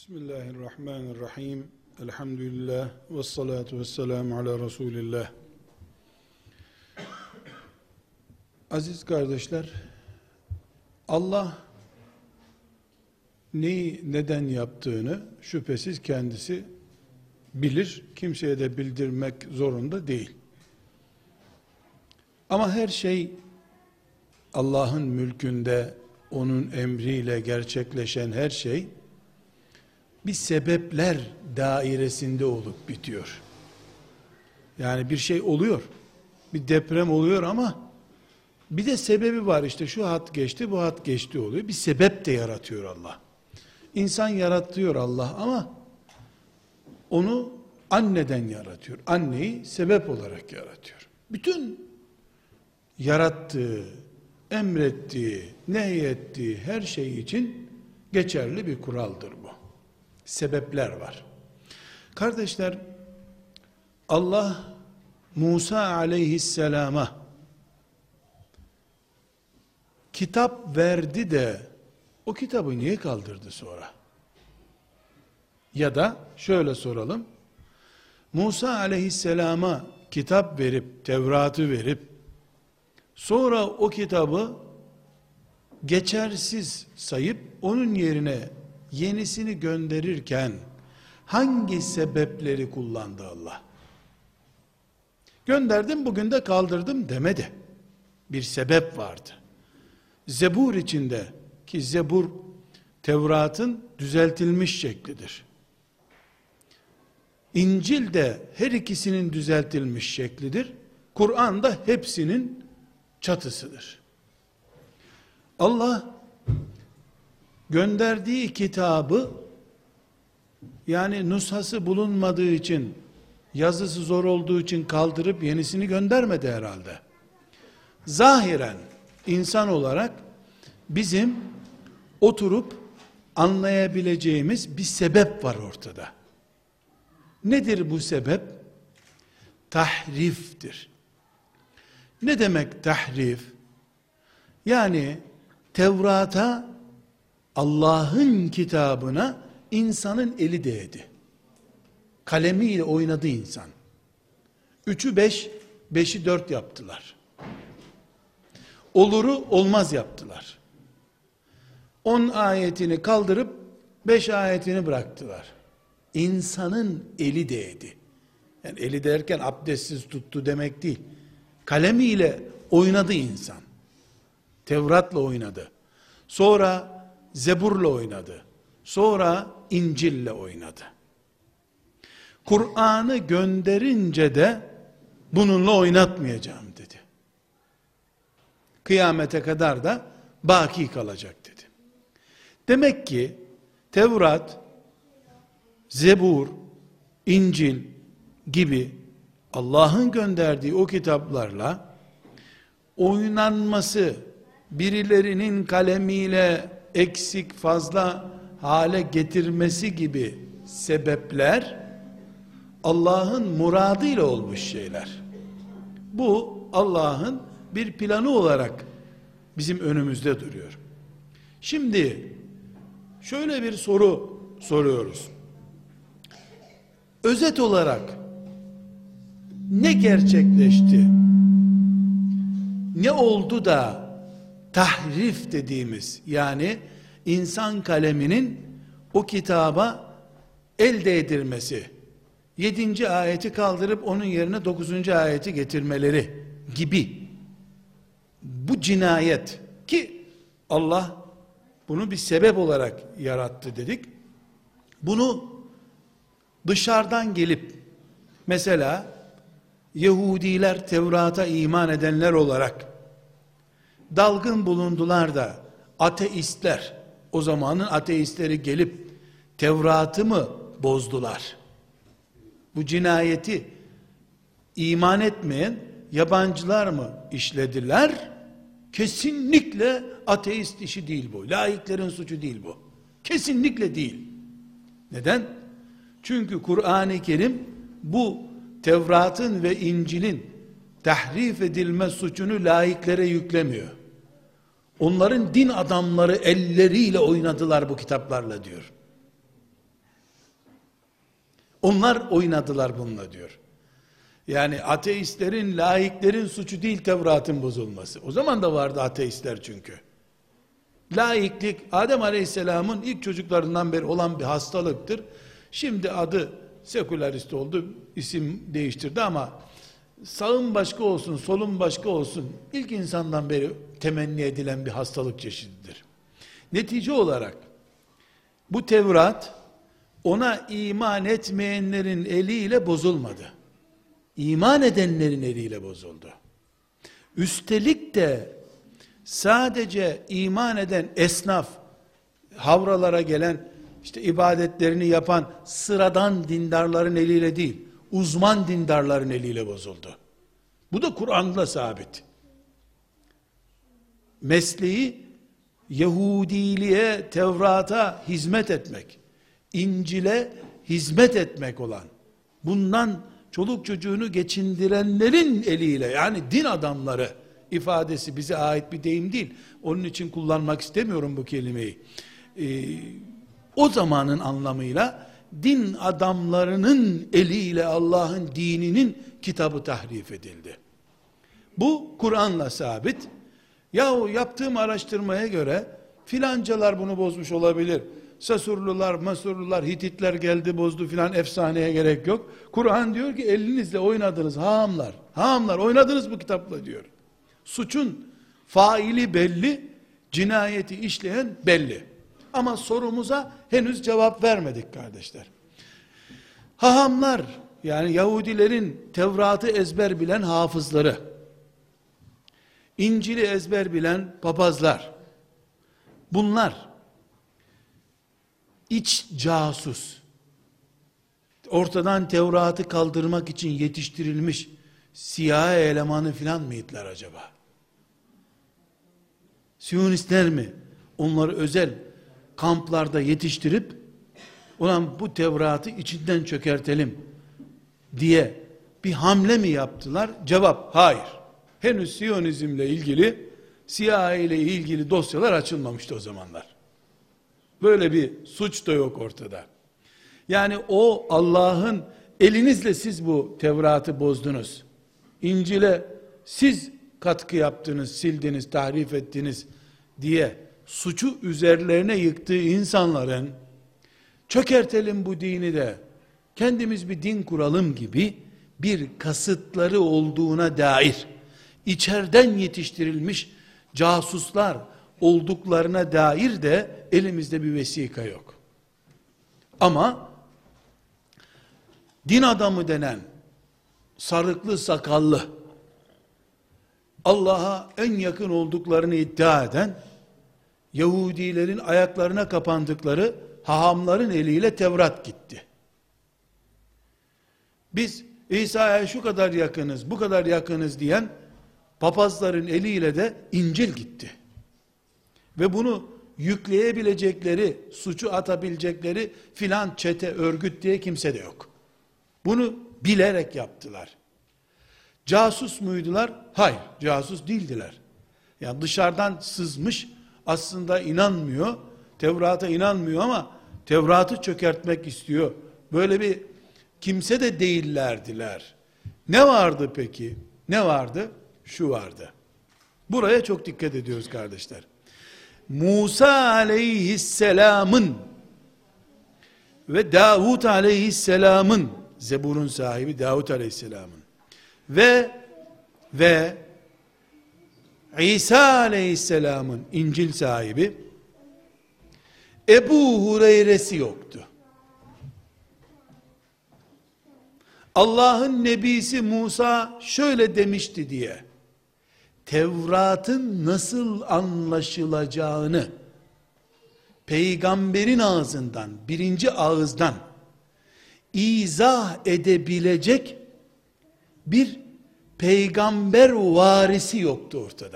Bismillahirrahmanirrahim. Elhamdülillah ve salatu ve selamu ala Resulillah. Aziz kardeşler, Allah neyi neden yaptığını şüphesiz kendisi bilir. Kimseye de bildirmek zorunda değil. Ama her şey Allah'ın mülkünde, onun emriyle gerçekleşen her şey bir sebepler dairesinde olup bitiyor. Yani bir şey oluyor, bir deprem oluyor ama bir de sebebi var, işte şu hat geçti, bu hat geçti oluyor. Bir sebep de yaratıyor Allah. İnsan yaratıyor Allah ama onu anneden yaratıyor. Anneyi sebep olarak yaratıyor. Bütün yarattığı, emrettiği, nehyettiği her şey için geçerli bir kuraldır bu. Sebepler var. Kardeşler, Allah Musa aleyhisselama kitap verdi de o kitabı niye kaldırdı sonra? Ya da şöyle soralım. Musa aleyhisselama kitap verip, Tevrat'ı verip sonra o kitabı geçersiz sayıp onun yerine yenisini gönderirken hangi sebepleri kullandı Allah? Gönderdim, bugün de kaldırdım demedi. Bir sebep vardı. Zebur içinde, ki Zebur Tevrat'ın düzeltilmiş şeklidir. İncil de her ikisinin düzeltilmiş şeklidir. Kur'an da hepsinin çatısıdır. Allah gönderdiği kitabı, yani nushası bulunmadığı için, yazısı zor olduğu için kaldırıp yenisini göndermedi herhalde. Zahiren insan olarak bizim oturup anlayabileceğimiz bir sebep var ortada. Nedir bu sebep? Tahriftir. Ne demek tahrif? Yani Tevrat'a, Allah'ın kitabına insanın eli değdi. Kalemiyle oynadı insan. 3'ü 5, 5'i 4 yaptılar. Oluru olmaz yaptılar. 10 ayetini kaldırıp 5 ayetini bıraktılar. İnsanın eli değdi. Yani eli derken abdestsiz tuttu demek değil. Kalemiyle oynadı insan. Tevrat'la oynadı. Sonra Zebur'la oynadı. Sonra İncil'le oynadı. Kur'an'ı gönderince de bununla oynatmayacağım dedi. Kıyamete kadar da baki kalacak dedi. Demek ki Tevrat, Zebur, İncil gibi Allah'ın gönderdiği o kitaplarla oynanması, birilerinin kalemiyle eksik, fazla hale getirmesi gibi sebepler Allah'ın muradıyla olmuş şeyler. Bu Allah'ın bir planı olarak bizim önümüzde duruyor. Şimdi şöyle bir soru soruyoruz. Özet olarak ne gerçekleşti? Ne oldu da tahrif dediğimiz, yani insan kaleminin o kitaba el değdirmesi, 7. ayeti kaldırıp onun yerine 9. ayeti getirmeleri gibi bu cinayet, ki Allah bunu bir sebep olarak yarattı dedik. Bunu dışarıdan gelip, mesela Yahudiler Tevrat'a iman edenler olarak dalgın bulundular da ateistler, o zamanın ateistleri gelip Tevrat'ı mı bozdular? Bu cinayeti iman etmeyen yabancılar mı işlediler? Kesinlikle ateist işi değil bu. Laiklerin suçu değil bu. Kesinlikle değil. Neden? Çünkü Kur'an-ı Kerim bu Tevrat'ın ve İncil'in tahrif edilme suçunu laiklere yüklemiyor. Onların din adamları elleriyle oynadılar bu kitaplarla diyor. Onlar oynadılar bununla diyor. Yani ateistlerin, laiklerin suçu değil Tevrat'ın bozulması. O zaman da vardı ateistler çünkü. Laiklik, Adem Aleyhisselam'ın ilk çocuklarından beri olan bir hastalıktır. Şimdi adı sekülerist oldu, isim değiştirdi ama sağın başka olsun, solun başka olsun, ilk insandan beri temenni edilen bir hastalık çeşididir. Netice olarak bu Tevrat ona iman etmeyenlerin eliyle bozulmadı. İman edenlerin eliyle bozuldu. Üstelik de sadece iman eden esnaf, havralara gelen, işte ibadetlerini yapan sıradan dindarların eliyle değil, uzman dindarların eliyle bozuldu. Bu da Kur'an'da sabit. Mesleği Yahudiliğe, Tevrat'a hizmet etmek, İncil'e hizmet etmek olan, bundan çoluk çocuğunu geçindirenlerin eliyle, yani din adamları ifadesi bize ait bir deyim değil. Onun için kullanmak istemiyorum bu kelimeyi. O zamanın anlamıyla din adamlarının eliyle Allah'ın dininin kitabı tahrif edildi. Bu Kur'an'la sabit. Yahu yaptığım araştırmaya göre filancalar bunu bozmuş olabilir. Sasurlular, Masurlular, Hititler geldi bozdu filan, efsaneye gerek yok. Kur'an diyor ki elinizle oynadınız hahamlar. Hahamlar oynadınız bu kitapla diyor. Suçun faili belli, cinayeti işleyen belli. Ama sorumuza henüz cevap vermedik kardeşler. Hahamlar, yani Yahudilerin Tevrat'ı ezber bilen hafızları, İncil'i ezber bilen papazlar, bunlar iç casus, ortadan Tevrat'ı kaldırmak için yetiştirilmiş CIA elemanı filan mıydılar acaba? Siyonistler mi? Onları özel kamplarda yetiştirip, ulan bu Tevrat'ı içinden çökertelim diye bir hamle mi yaptılar? Cevap, hayır. Henüz Siyonizmle ilgili, CIA ile ilgili dosyalar açılmamıştı o zamanlar. Böyle bir suç da yok ortada. Yani o Allah'ın elinizle siz bu Tevrat'ı bozdunuz, İncil'e siz katkı yaptınız, sildiniz, tahrif ettiniz diye suçu üzerlerine yıktığı insanların çökertelim bu dini de kendimiz bir din kuralım gibi bir kasıtları olduğuna dair, içeriden yetiştirilmiş casuslar olduklarına dair de elimizde bir vesika yok. Ama din adamı denen, sarıklı sakallı, Allah'a en yakın olduklarını iddia eden, Yahudilerin ayaklarına kapandıkları hahamların eliyle Tevrat gitti. Biz İsa'ya şu kadar yakınız, bu kadar yakınız diyen papazların eliyle de İncil gitti. Ve bunu yükleyebilecekleri, suçu atabilecekleri filan çete, örgüt diye kimse de yok. Bunu bilerek yaptılar. Casus muydular? Hayır, casus değildiler. Yani dışarıdan sızmış, aslında inanmıyor, Tevrat'a inanmıyor ama Tevrat'ı çökertmek istiyor. Böyle bir kimse de değillerdiler. Ne vardı peki? Ne vardı? Şu vardı. Buraya çok dikkat ediyoruz kardeşler. Musa aleyhisselamın ve Davud aleyhisselamın, Zebur'un sahibi Davud aleyhisselamın ve İsa aleyhisselamın, İncil sahibi Ebu Hureyre'si yoktu. Allah'ın nebisi Musa şöyle demişti diye Tevrat'ın nasıl anlaşılacağını peygamberin ağzından, birinci ağızdan izah edebilecek bir peygamber varisi yoktu ortada.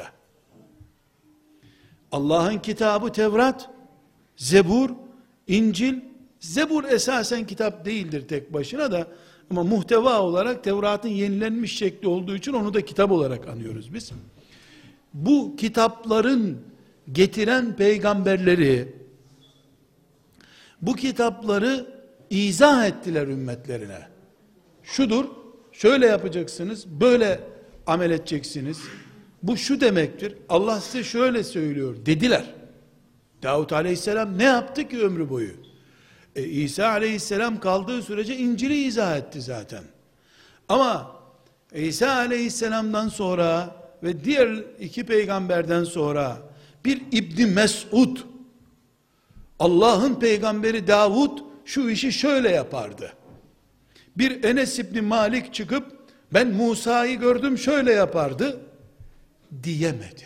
Allah'ın kitabı Tevrat, Zebur, İncil, Zebur esasen kitap değildir tek başına da, ama muhteva olarak Tevrat'ın yenilenmiş şekli olduğu için onu da kitap olarak anıyoruz biz. Bu kitapların getiren peygamberleri, bu kitapları izah ettiler ümmetlerine. Şudur, şöyle yapacaksınız, böyle amel edeceksiniz. Bu şu demektir, Allah size şöyle söylüyor dediler. Davut aleyhisselam ne yaptı ki ömrü boyu? İsa aleyhisselam kaldığı sürece İncil'i izah etti zaten. Ama İsa aleyhisselamdan sonra ve diğer iki peygamberden sonra bir İbn Mes'ud, Allah'ın peygamberi Davud şu işi şöyle yapardı. Bir Enes İbni Malik çıkıp ben Musa'yı gördüm şöyle yapardı diyemedi.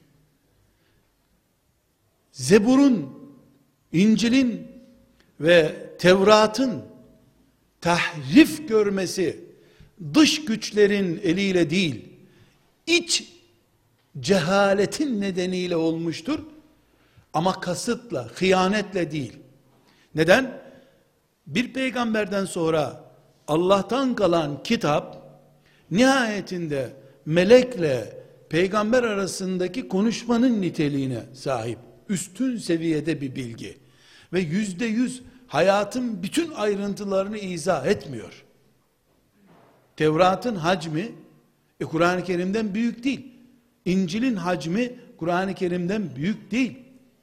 Zebur'un, İncil'in ve Tevrat'ın tahrif görmesi dış güçlerin eliyle değil, iç cehaletin nedeniyle olmuştur. Ama kasıtla, hıyanetle değil. Neden? Bir peygamberden sonra Allah'tan kalan kitap nihayetinde melekle peygamber arasındaki konuşmanın niteliğine sahip. Üstün seviyede bir bilgi. Ve %100 hayatın bütün ayrıntılarını izah etmiyor. Tevrat'ın hacmi Kur'an-ı Kerim'den büyük değil. İncil'in hacmi Kur'an-ı Kerim'den büyük değil.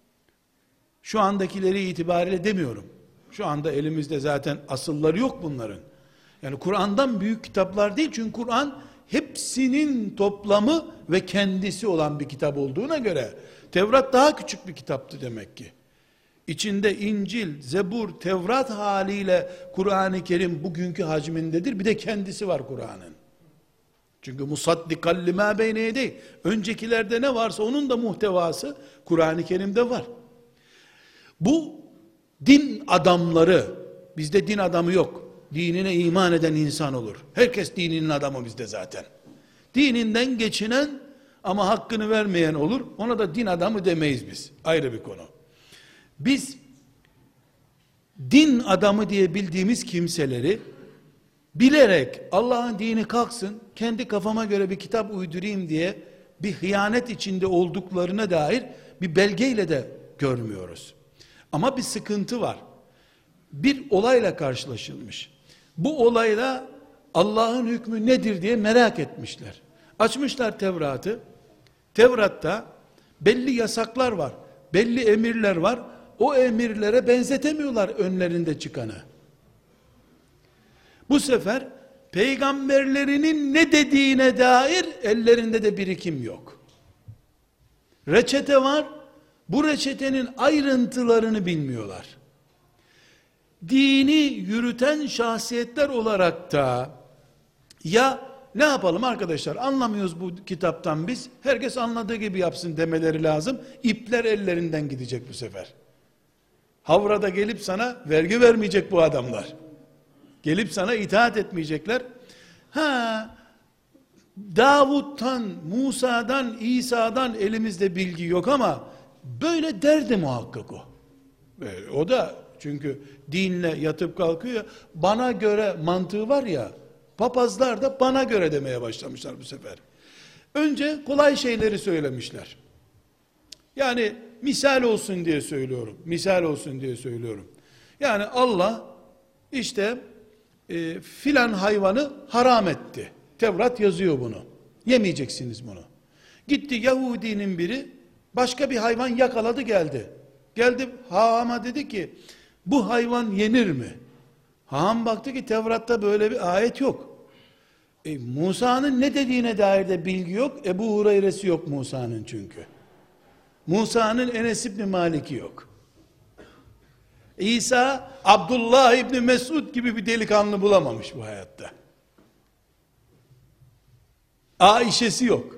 Şu andakileri itibariyle demiyorum. Şu anda elimizde zaten asılları yok bunların. Yani Kur'an'dan büyük kitaplar değil. Çünkü Kur'an hepsinin toplamı ve kendisi olan bir kitap olduğuna göre Tevrat daha küçük bir kitaptı demek ki. İçinde İncil, Zebur, Tevrat haliyle Kur'an-ı Kerim bugünkü hacmindedir. Bir de kendisi var Kur'an'ın. Çünkü musaddikan limâ beyne yedeyh. Öncekilerde ne varsa onun da muhtevası Kur'an-ı Kerim'de var. Bu din adamları, bizde din adamı yok. Dinine iman eden insan olur. Herkes dininin adamı bizde zaten. Dininden geçinen ama hakkını vermeyen olur. Ona da din adamı demeyiz biz. Ayrı bir konu. Biz din adamı diye bildiğimiz kimseleri bilerek Allah'ın dini kalksın, kendi kafama göre bir kitap uydurayım diye bir hıyanet içinde olduklarına dair bir belgeyle de görmüyoruz. Ama bir sıkıntı var. Bir olayla karşılaşılmış. Bu olayla Allah'ın hükmü nedir diye merak etmişler. Açmışlar Tevrat'ı. Tevrat'ta belli yasaklar var. Belli emirler var. O emirlere benzetemiyorlar önlerinde çıkanı. Bu sefer peygamberlerinin ne dediğine dair ellerinde de birikim yok. Reçete var. Bu reçetenin ayrıntılarını bilmiyorlar. Dini yürüten şahsiyetler olarak da ya ne yapalım arkadaşlar, anlamıyoruz bu kitaptan biz, herkes anladığı gibi yapsın demeleri lazım. İpler ellerinden gidecek bu sefer. Havrada gelip sana vergi vermeyecek bu adamlar. Gelip sana itaat etmeyecekler. Davut'tan, Musa'dan, İsa'dan elimizde bilgi yok ama böyle derdi muhakkak o. O da çünkü dinle yatıp kalkıyor. Bana göre mantığı var ya, papazlar da bana göre demeye başlamışlar bu sefer. Önce kolay şeyleri söylemişler. Yani misal olsun diye söylüyorum. Misal olsun diye söylüyorum. Yani Allah işte filan hayvanı haram etti. Tevrat yazıyor bunu. Yemeyeceksiniz bunu. Gitti Yahudinin biri başka bir hayvan yakaladı geldi. Geldi Haam'a dedi ki bu hayvan yenir mi? Haam baktı ki Tevrat'ta böyle bir ayet yok. Musa'nın ne dediğine dair de bilgi yok. Ebu Hureyre'si yok Musa'nın çünkü. Musa'nın Enes İbni Malik'i yok. İsa Abdullah İbni Mesud gibi bir delikanlı bulamamış bu hayatta. Ayşe'si yok.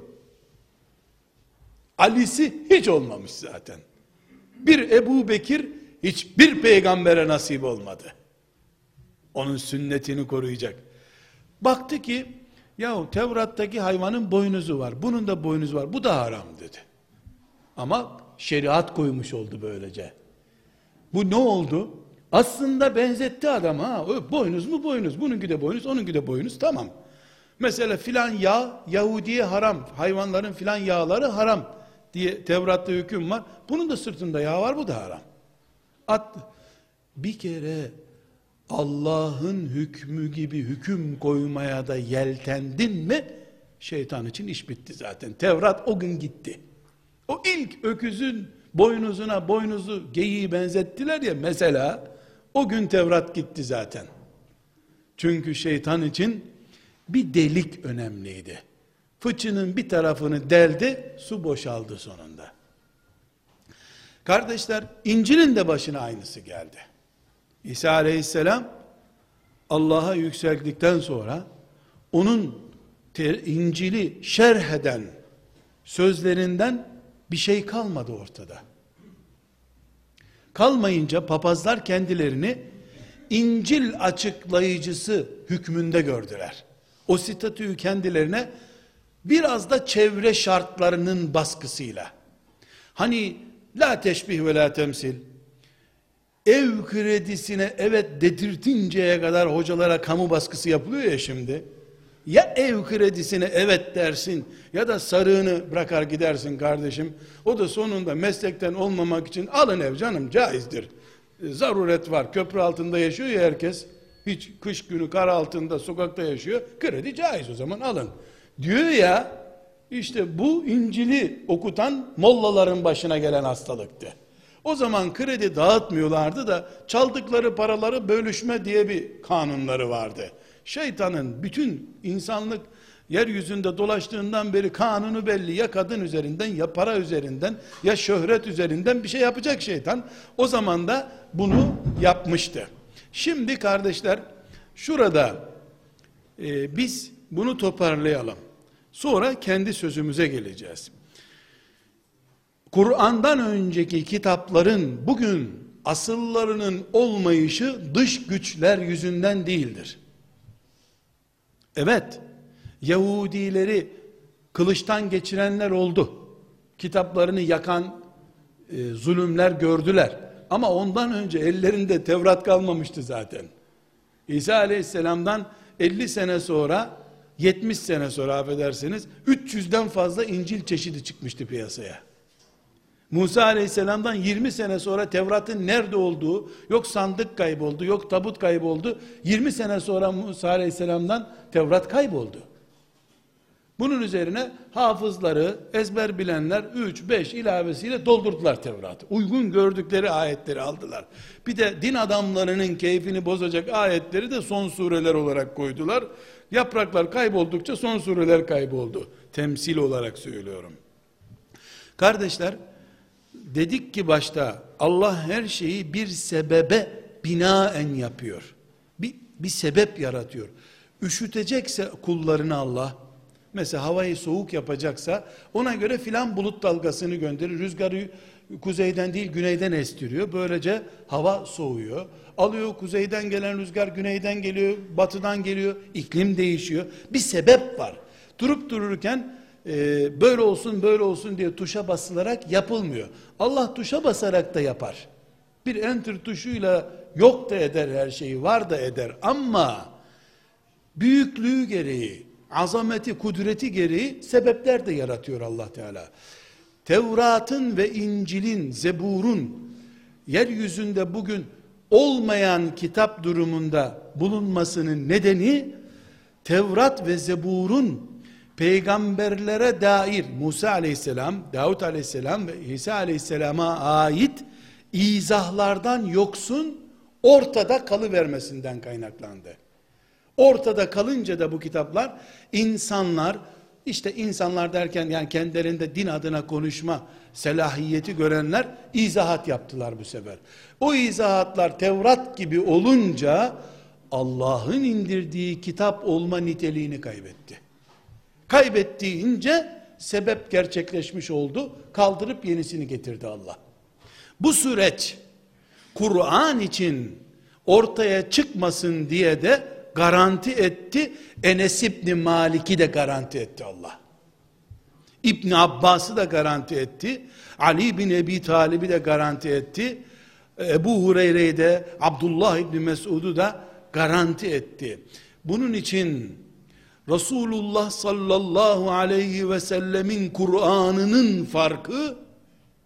Ali'si hiç olmamış zaten. Bir Ebu Bekir hiçbir peygambere nasip olmadı. Onun sünnetini koruyacak. Baktı ki yahu Tevrat'taki hayvanın boynuzu var. Bunun da boynuzu var. Bu da haram dedi. Ama şeriat koymuş oldu böylece. Bu ne oldu? Aslında benzetti adam ha. Boynuz mu boynuz. Bununki de boynuz, onunki de boynuz. Tamam. Mesela filan yağ Yahudiye haram. Hayvanların filan yağları haram diye Tevrat'ta hüküm var. Bunun da sırtında yağ var, bu da haram. Bir kere Allah'ın hükmü gibi hüküm koymaya da yeltendin mi, şeytan için iş bitti zaten. Tevrat o gün gitti. O ilk öküzün boynuzuna boynuzu geyiği benzettiler ya mesela, o gün Tevrat gitti zaten. Çünkü şeytan için bir delik önemliydi. Fıçının bir tarafını deldi, su boşaldı sonunda. Kardeşler, İncil'in de başına aynısı geldi. İsa aleyhisselam Allah'a yükseldikten sonra onun İncil'i şerh eden sözlerinden bir şey kalmadı ortada. Kalmayınca papazlar kendilerini İncil açıklayıcısı hükmünde gördüler. O statüyü kendilerine biraz da çevre şartlarının baskısıyla, hani la teşbih ve la temsil, ev kredisine evet dedirtinceye kadar hocalara kamu baskısı yapılıyor ya şimdi. Ya ev kredisine evet dersin ya da sarığını bırakar gidersin kardeşim. O da sonunda meslekten olmamak için alın ev canım, caizdir. Zaruret var, köprü altında yaşıyor ya herkes. Hiç kış günü kar altında sokakta yaşıyor. Kredi caiz, o zaman alın. Diyor ya, işte bu İncil'i okutan mollaların başına gelen hastalıktı. O zaman kredi dağıtmıyorlardı da çaldıkları paraları bölüşme diye bir kanunları vardı. Şeytanın bütün insanlık yeryüzünde dolaştığından beri kanunu belli. Ya kadın üzerinden, ya para üzerinden, ya şöhret üzerinden bir şey yapacak şeytan. O zaman da bunu yapmıştı. Şimdi kardeşler, şurada biz bunu toparlayalım. Sonra kendi sözümüze geleceğiz. Kur'an'dan önceki kitapların bugün asıllarının olmayışı dış güçler yüzünden değildir. Evet, Yahudileri kılıçtan geçirenler oldu. Kitaplarını yakan zulümler gördüler. Ama ondan önce ellerinde Tevrat kalmamıştı zaten. İsa Aleyhisselam'dan 50 sene sonra, 70 sene sonra affedersiniz, 300'den fazla İncil çeşidi çıkmıştı piyasaya. Musa Aleyhisselam'dan 20 sene sonra Tevrat'ın nerede olduğu, yok sandık kayboldu, yok tabut kayboldu. 20 sene sonra Musa Aleyhisselam'dan Tevrat kayboldu. Bunun üzerine hafızları, ezber bilenler 3-5 ilavesiyle doldurdular Tevrat'ı. Uygun gördükleri ayetleri aldılar. Bir de din adamlarının keyfini bozacak ayetleri de son sureler olarak koydular. Yapraklar kayboldukça son sureler kayboldu. Temsil olarak söylüyorum. Kardeşler, dedik ki başta, Allah her şeyi bir sebebe binaen yapıyor. Bir sebep yaratıyor. Üşütecekse kullarını Allah, mesela havayı soğuk yapacaksa ona göre filan bulut dalgasını gönderir. Rüzgarı kuzeyden değil güneyden estiriyor. Böylece hava soğuyor. Alıyor, kuzeyden gelen rüzgar güneyden geliyor, batıdan geliyor. İklim değişiyor. Bir sebep var. Durup dururken böyle olsun böyle olsun diye tuşa basılarak yapılmıyor. Allah tuşa basarak da yapar. Bir enter tuşuyla yok da eder her şeyi, var da eder. Ama büyüklüğü gereği, azameti, kudreti gereği sebepler de yaratıyor Allah Teala. Tevrat'ın ve İncil'in, Zebur'un yeryüzünde bugün olmayan kitap durumunda bulunmasının nedeni, Tevrat ve Zebur'un peygamberlere dair Musa aleyhisselam, Davut aleyhisselam ve İsa aleyhisselama ait izahlardan yoksun ortada kalıvermesinden kaynaklandı. Ortada kalınca da bu kitaplar, insanlar, işte insanlar derken yani kendilerinde din adına konuşma selahiyeti görenler izahat yaptılar bu sefer. O izahatlar Tevrat gibi olunca Allah'ın indirdiği kitap olma niteliğini kaybetti. Kaybettiğince sebep gerçekleşmiş oldu. Kaldırıp yenisini getirdi Allah. Bu süreç Kur'an için ortaya çıkmasın diye de garanti etti. Enes İbni Malik'i de garanti etti Allah. İbn Abbas'ı da garanti etti. Ali bin Ebi Talib'i de garanti etti. Ebu Hureyre'yi de, Abdullah İbni Mesud'u da garanti etti. Bunun için Resulullah sallallahu aleyhi ve sellemin Kur'an'ının farkı,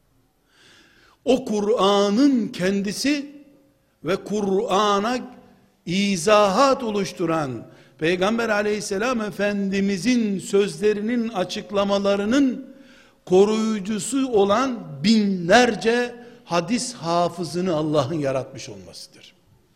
o Kur'an'ın kendisi ve Kur'an'a izahat oluşturan Peygamber aleyhisselam Efendimizin sözlerinin açıklamalarının koruyucusu olan binlerce hadis hafızını Allah'ın yaratmış olmasıdır.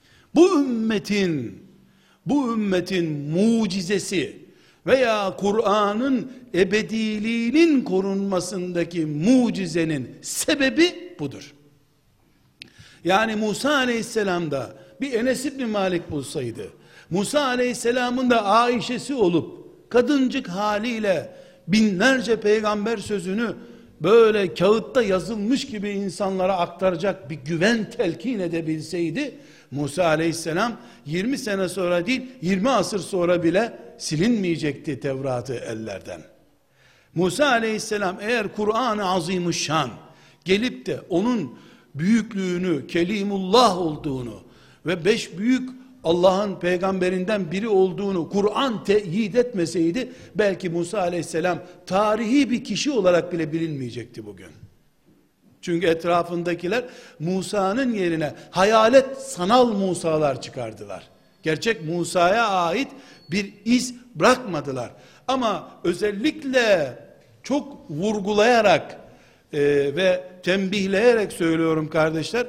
Bu ümmetin mucizesi veya Kur'an'ın ebediliğinin korunmasındaki mucizenin sebebi budur. Yani Musa aleyhisselam da bir Enes İbni Malik bulsaydı, Musa aleyhisselamın da Ayşe'si olup kadıncık haliyle binlerce peygamber sözünü böyle kağıtta yazılmış gibi insanlara aktaracak bir güven telkin edebilseydi, Musa aleyhisselam 20 sene sonra değil 20 asır sonra bile silinmeyecekti Tevrat'ı ellerden. Musa aleyhisselam eğer Kur'an-ı Azimüşşan gelip de onun büyüklüğünü, Kelimullah olduğunu ve 5 büyük Allah'ın peygamberinden biri olduğunu Kur'an teyit etmeseydi, belki Musa aleyhisselam tarihi bir kişi olarak bile bilinmeyecekti bugün. Çünkü etrafındakiler Musa'nın yerine hayalet sanal Musa'lar çıkardılar. Gerçek Musa'ya ait bir iz bırakmadılar. Ama özellikle çok vurgulayarak ve tembihleyerek söylüyorum kardeşler,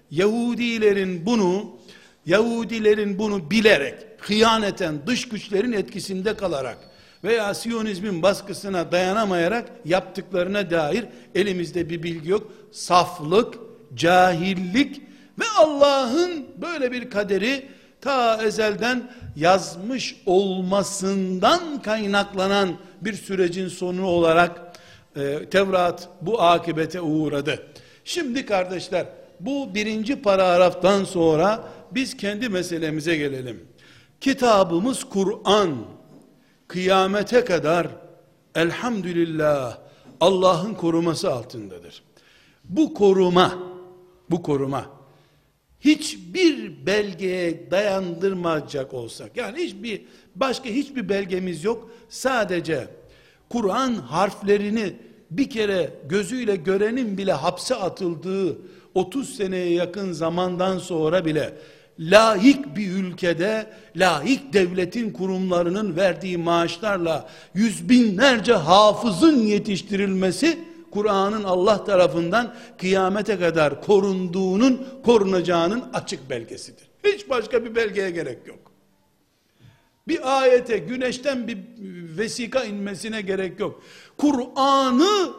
Yahudilerin bunu bilerek, hıyaneten, dış güçlerin etkisinde kalarak veya Siyonizmin baskısına dayanamayarak yaptıklarına dair elimizde bir bilgi yok. Saflık, cahillik ve Allah'ın böyle bir kaderi ta ezelden yazmış olmasından kaynaklanan bir sürecin sonu olarak Tevrat bu akibete uğradı. Şimdi kardeşler, bu birinci paragraftan sonra biz kendi meselemize gelelim. Kitabımız Kur'an kıyamete kadar elhamdülillah Allah'ın koruması altındadır. Bu koruma hiçbir belgeye dayandırmayacak olsak, yani başka hiçbir belgemiz yok, sadece Kur'an harflerini bir kere gözüyle görenin bile hapse atıldığı 30 seneye yakın zamandan sonra bile laik bir ülkede laik devletin kurumlarının verdiği maaşlarla yüz binlerce hafızın yetiştirilmesi Kur'an'ın Allah tarafından kıyamete kadar korunacağının açık belgesidir. Hiç başka bir belgeye gerek yok. Bir ayete, güneşten bir vesika inmesine gerek yok. Kur'an'ı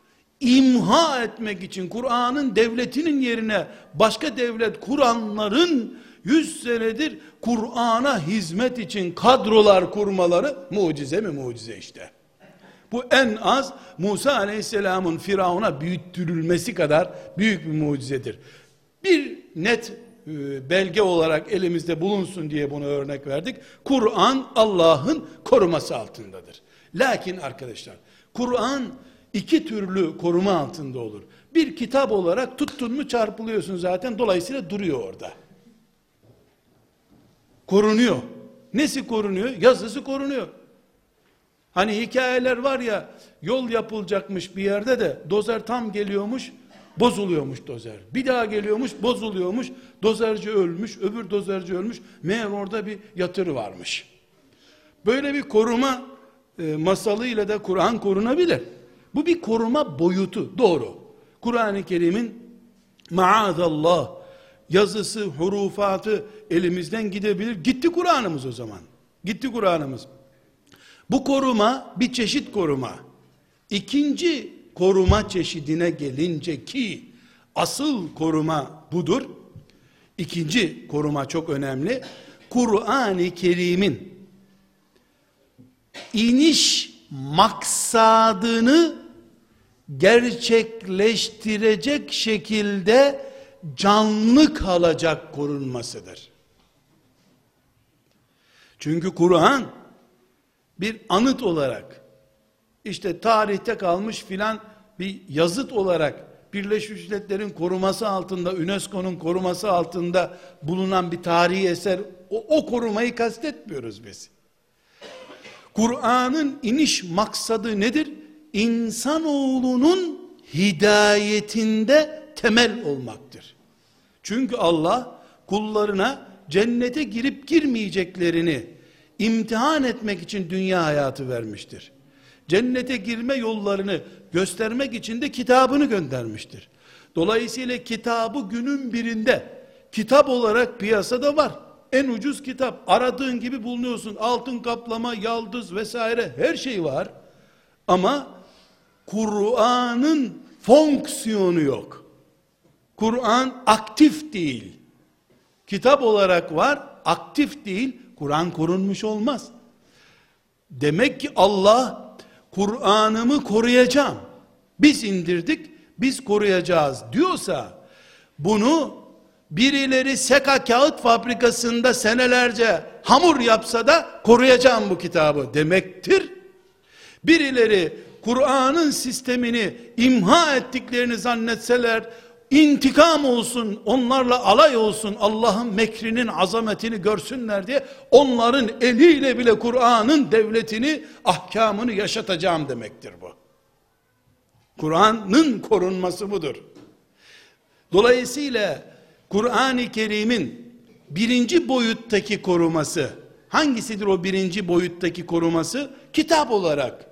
imha etmek için, Kur'an'ın devletinin yerine başka devlet kuranların 100 senedir Kur'an'a hizmet için kadrolar kurmaları mucize mi mucize işte. Bu en az Musa aleyhisselamın Firavun'a büyüttürülmesi kadar büyük bir mucizedir. Bir net belge olarak elimizde bulunsun diye bunu örnek verdik. Kur'an Allah'ın koruması altındadır. Lakin arkadaşlar, Kur'an iki türlü koruma altında olur. Bir kitap olarak tuttun mu çarpılıyorsun zaten, dolayısıyla duruyor orada. Korunuyor. Nesi korunuyor? Yazısı korunuyor. Hani hikayeler var ya, yol yapılacakmış bir yerde de dozer tam geliyormuş, bozuluyormuş dozer. Bir daha geliyormuş, bozuluyormuş. Dozerci ölmüş, öbür dozerci ölmüş. Meğer orada bir yatırı varmış. Böyle bir koruma masalıyla da Kur'an korunabilir. Bu bir koruma boyutu, doğru. Kur'an-ı Kerim'in maazallah yazısı, hurufatı elimizden gidebilir. Gitti Kur'an'ımız o zaman. Gitti Kur'an'ımız. Bu koruma bir çeşit koruma. İkinci koruma çeşidine gelince, ki asıl koruma budur. İkinci koruma çok önemli. Kur'an-ı Kerim'in iniş maksadını gerçekleştirecek şekilde canlı kalacak korunmasıdır. Çünkü Kur'an bir anıt olarak, işte tarihte kalmış filan bir yazıt olarak Birleşmiş Milletler'in koruması altında, UNESCO'nun koruması altında bulunan bir tarihi eser, o korumayı kastetmiyoruz biz. Kur'an'ın iniş maksadı nedir? İnsanoğlunun hidayetinde temel olmaktır. Çünkü Allah kullarına cennete girip girmeyeceklerini imtihan etmek için dünya hayatı vermiştir. Cennete girme yollarını göstermek için de kitabını göndermiştir. Dolayısıyla kitabı günün birinde kitap olarak piyasada var. En ucuz kitap. Aradığın gibi bulunuyorsun. Altın kaplama, yaldız vesaire her şey var. Ama Kur'an'ın fonksiyonu yok. Kur'an aktif değil. Kitap olarak var, aktif değil. Kur'an korunmuş olmaz. Demek ki Allah Kur'an'ımı koruyacağım. Biz indirdik, biz koruyacağız diyorsa bunu birileri seka kağıt fabrikasında senelerce hamur yapsa da koruyacağım bu kitabı demektir. Birileri Kur'an'ın sistemini imha ettiklerini zannetseler, intikam olsun, onlarla alay olsun, Allah'ın mekrinin azametini görsünler diye onların eliyle bile Kur'an'ın devletini, ahkamını yaşatacağım demektir bu. Kur'an'ın korunması budur. Dolayısıyla Kur'an-ı Kerim'in birinci boyuttaki koruması, hangisidir o birinci boyuttaki koruması? Kitap olarak.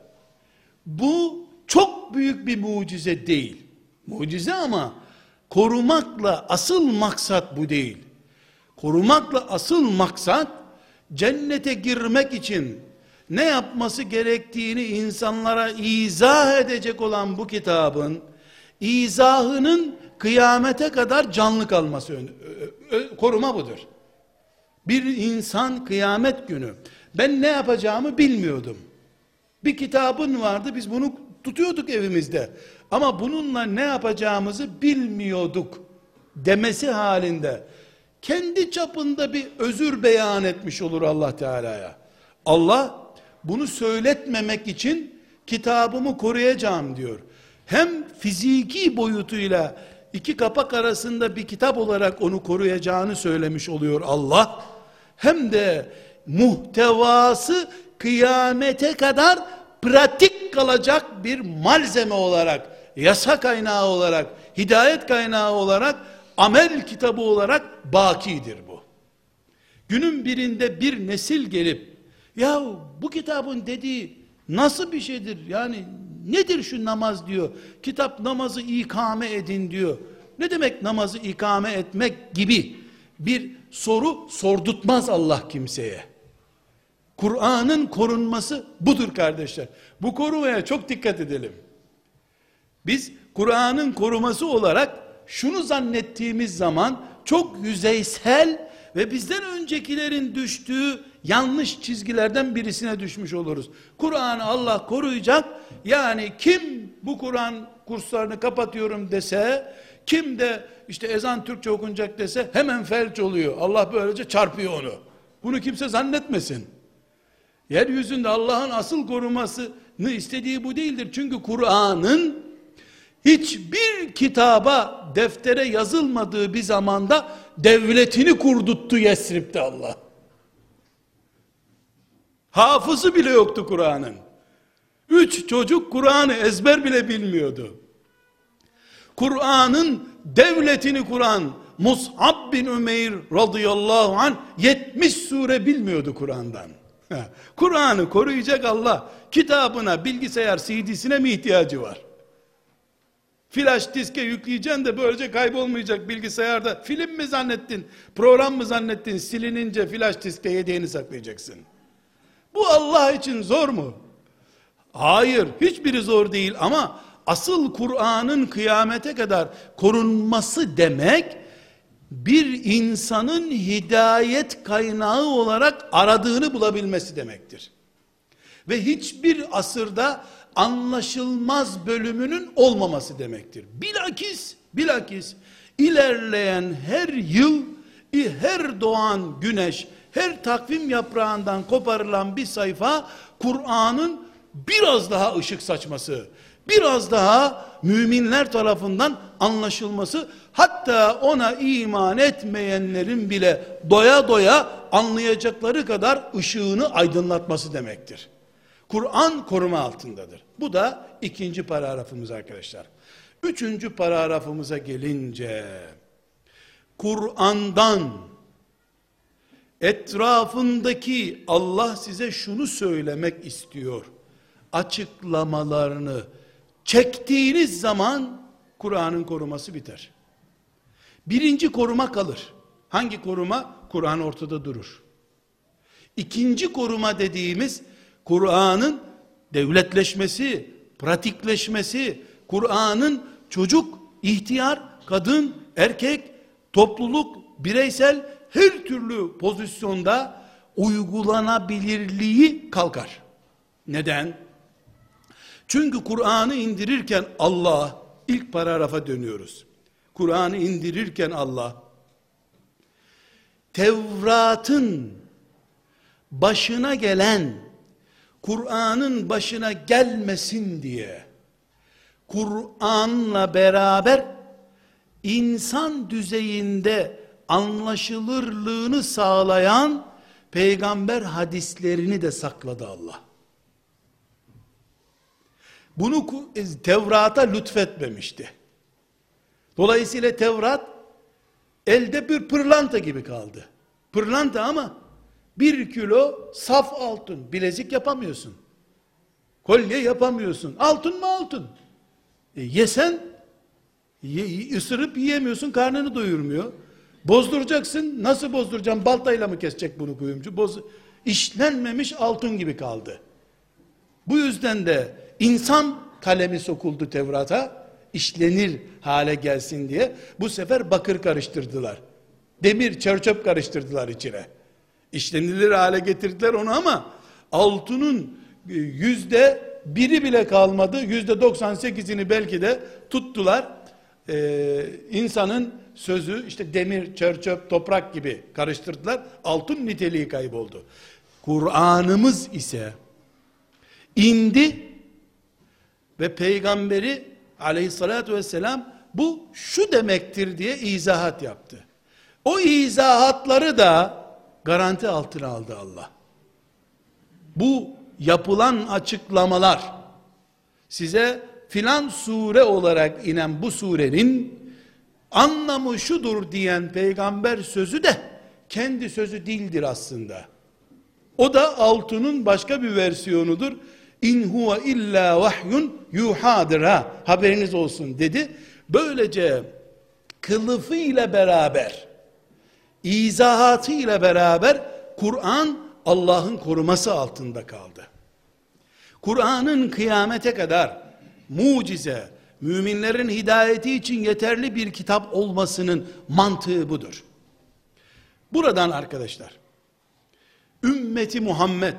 Bu çok büyük bir mucize değil. Mucize ama korumakla asıl maksat bu değil. Korumakla asıl maksat cennete girmek için ne yapması gerektiğini insanlara izah edecek olan bu kitabın izahının kıyamete kadar canlı kalması, koruma budur. Bir insan kıyamet günü ben ne yapacağımı bilmiyordum. Bir kitabın vardı, biz bunu tutuyorduk evimizde. Ama bununla ne yapacağımızı bilmiyorduk demesi halinde kendi çapında bir özür beyan etmiş olur Allah Teala'ya. Allah bunu söyletmemek için kitabımı koruyacağım diyor. Hem fiziki boyutuyla iki kapak arasında bir kitap olarak onu koruyacağını söylemiş oluyor Allah. Hem de muhtevası kıyamete kadar pratik kalacak bir malzeme olarak, yasa kaynağı olarak, hidayet kaynağı olarak, amel kitabı olarak bakidir bu. Günün birinde bir nesil gelip, ya bu kitabın dediği nasıl bir şeydir, yani nedir şu namaz diyor, kitap namazı ikame edin diyor, ne demek namazı ikame etmek gibi bir soru sordurtmaz Allah kimseye. Kur'an'ın korunması budur kardeşler. Bu korumaya çok dikkat edelim. Biz Kur'an'ın koruması olarak şunu zannettiğimiz zaman çok yüzeysel ve bizden öncekilerin düştüğü yanlış çizgilerden birisine düşmüş oluruz. Kur'an'ı Allah koruyacak. Yani kim bu Kur'an kurslarını kapatıyorum dese, kim de işte ezan Türkçe okunacak dese hemen felç oluyor. Allah böylece çarpıyor onu. Bunu kimse zannetmesin. Yeryüzünde Allah'ın asıl korumasını istediği bu değildir. Çünkü Kur'an'ın hiçbir kitaba, deftere yazılmadığı bir zamanda devletini kurdurttu Yesrib'de Allah. Hafızı bile yoktu Kur'an'ın. 3 çocuk Kur'an'ı ezber bile bilmiyordu. Kur'an'ın devletini kuran Mus'ab bin Ümeyr radıyallahu anh 70 sure bilmiyordu Kur'an'dan. Kur'an'ı koruyacak Allah, kitabına, bilgisayar CD'sine mi ihtiyacı var? Flash diske yükleyeceksin de böylece kaybolmayacak bilgisayarda. Film mi zannettin, program mı zannettin, silinince flash diske yedeğini saklayacaksın. Bu Allah için zor mu? Hayır, hiçbiri zor değil ama asıl Kur'an'ın kıyamete kadar korunması demek, bir insanın hidayet kaynağı olarak aradığını bulabilmesi demektir. Ve hiçbir asırda anlaşılmaz bölümünün olmaması demektir. Bilakis ilerleyen her yıl, her doğan güneş, her takvim yaprağından koparılan bir sayfa, Kur'an'ın biraz daha ışık saçması, biraz daha müminler tarafından anlaşılması, hatta ona iman etmeyenlerin bile doya doya anlayacakları kadar ışığını aydınlatması demektir. Kur'an koruma altındadır. Bu da ikinci paragrafımız arkadaşlar. Üçüncü paragrafımıza gelince, Kur'an'dan etrafındaki Allah size şunu söylemek istiyor açıklamalarını çektiğiniz zaman Kur'an'ın koruması biter. Birinci koruma kalır. Hangi koruma? Kur'an ortada durur. İkinci koruma dediğimiz Kur'an'ın devletleşmesi, pratikleşmesi, Kur'an'ın çocuk, ihtiyar, kadın, erkek, topluluk, bireysel her türlü pozisyonda uygulanabilirliği kalkar. Neden? Çünkü Kur'an'ı indirirken Allah, ilk paragrafa dönüyoruz. Kur'an'ı indirirken Allah, Tevrat'ın başına gelen, Kur'an'ın başına gelmesin diye, Kur'an'la beraber insan düzeyinde anlaşılırlığını sağlayan peygamber hadislerini de sakladı Allah. Bunu Tevrat'a lütfetmemişti. Dolayısıyla Tevrat elde bir pırlanta gibi kaldı. Pırlanta ama 1 kilo saf altın. Bilezik yapamıyorsun. Kolye yapamıyorsun. Altın mı altın? Yesen ısırıp yiyemiyorsun, karnını doyurmuyor. Bozduracaksın. Nasıl bozduracağım? Baltayla mı kesecek bunu kuyumcu? İşlenmemiş altın gibi kaldı. Bu yüzden de insan kalemi sokuldu Tevrat'a, işlenir hale gelsin diye. Bu sefer bakır karıştırdılar. Demir, çerçöp karıştırdılar içine. İşlenilir hale getirdiler onu ama altının %1'i bile kalmadı. %98'ini belki de tuttular. İnsanın sözü işte demir, çerçöp, toprak gibi karıştırdılar. Altın niteliği kayboldu. Kur'an'ımız ise indi ve peygamberi aleyhissalatü vesselam bu şu demektir diye izahat yaptı. O izahatları da garanti altına aldı Allah. Bu yapılan açıklamalar size filan sure olarak inen bu surenin anlamı şudur diyen peygamber sözü de kendi sözü değildir aslında. O da altının başka bir versiyonudur. İn huve illa vahyun yuhadır, haberiniz olsun dedi. Böylece kılıfı ile beraber, izahatı ile beraber Kur'an Allah'ın koruması altında kaldı. Kur'an'ın kıyamete kadar mucize, müminlerin hidayeti için yeterli bir kitap olmasının mantığı budur. Buradan arkadaşlar, ümmeti Muhammed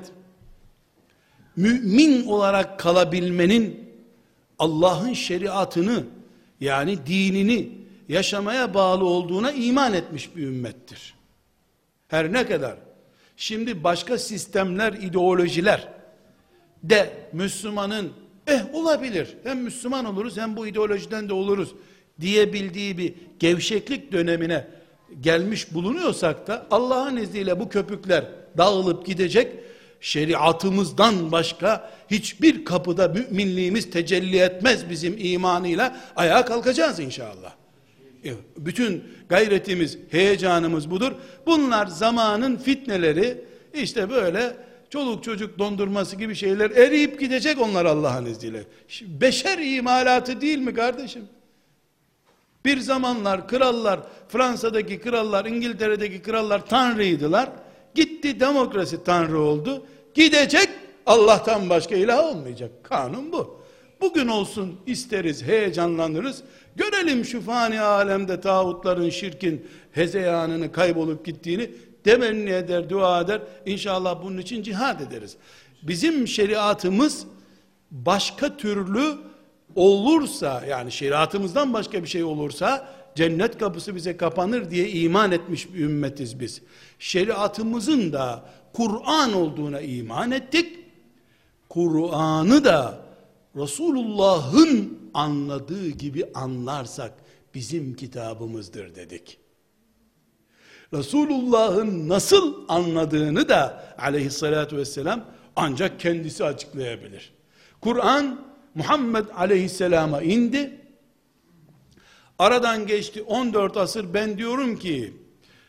mümin olarak kalabilmenin Allah'ın şeriatını yani dinini yaşamaya bağlı olduğuna iman etmiş bir ümmettir. Her ne kadar şimdi başka sistemler, ideolojiler de Müslümanın olabilir, hem Müslüman oluruz hem bu ideolojiden de oluruz diyebildiği bir gevşeklik dönemine gelmiş bulunuyorsak da Allah'ın izniyle bu köpükler dağılıp gidecek. Şeriatımızdan başka hiçbir kapıda müminliğimiz tecelli etmez bizim imanıyla, ayağa kalkacağız inşallah. Bütün gayretimiz, heyecanımız budur. Bunlar zamanın fitneleri, işte böyle çoluk çocuk dondurması gibi şeyler eriyip gidecek onlar Allah'ın izniyle. Beşer imalatı değil mi kardeşim? Bir zamanlar krallar, Fransa'daki krallar, İngiltere'deki krallar tanrıydılar. Gitti demokrasi tanrı oldu. Gidecek, Allah'tan başka ilah olmayacak. Kanun bu. Bugün olsun isteriz, heyecanlanırız. Görelim şu fani alemde tağutların, şirkin hezeyanını, kaybolup gittiğini temenni eder, dua eder. İnşallah bunun için cihad ederiz. Bizim şeriatımız başka türlü olursa, yani şeriatımızdan başka bir şey olursa cennet kapısı bize kapanır diye iman etmiş bir ümmetiz biz. Şeriatımızın da Kur'an olduğuna iman ettik. Kur'an'ı da Resulullah'ın anladığı gibi anlarsak bizim kitabımızdır dedik. Resulullah'ın nasıl anladığını da aleyhissalatü vesselam ancak kendisi açıklayabilir. Kur'an Muhammed aleyhisselama indi. Aradan geçti 14 asır, ben diyorum ki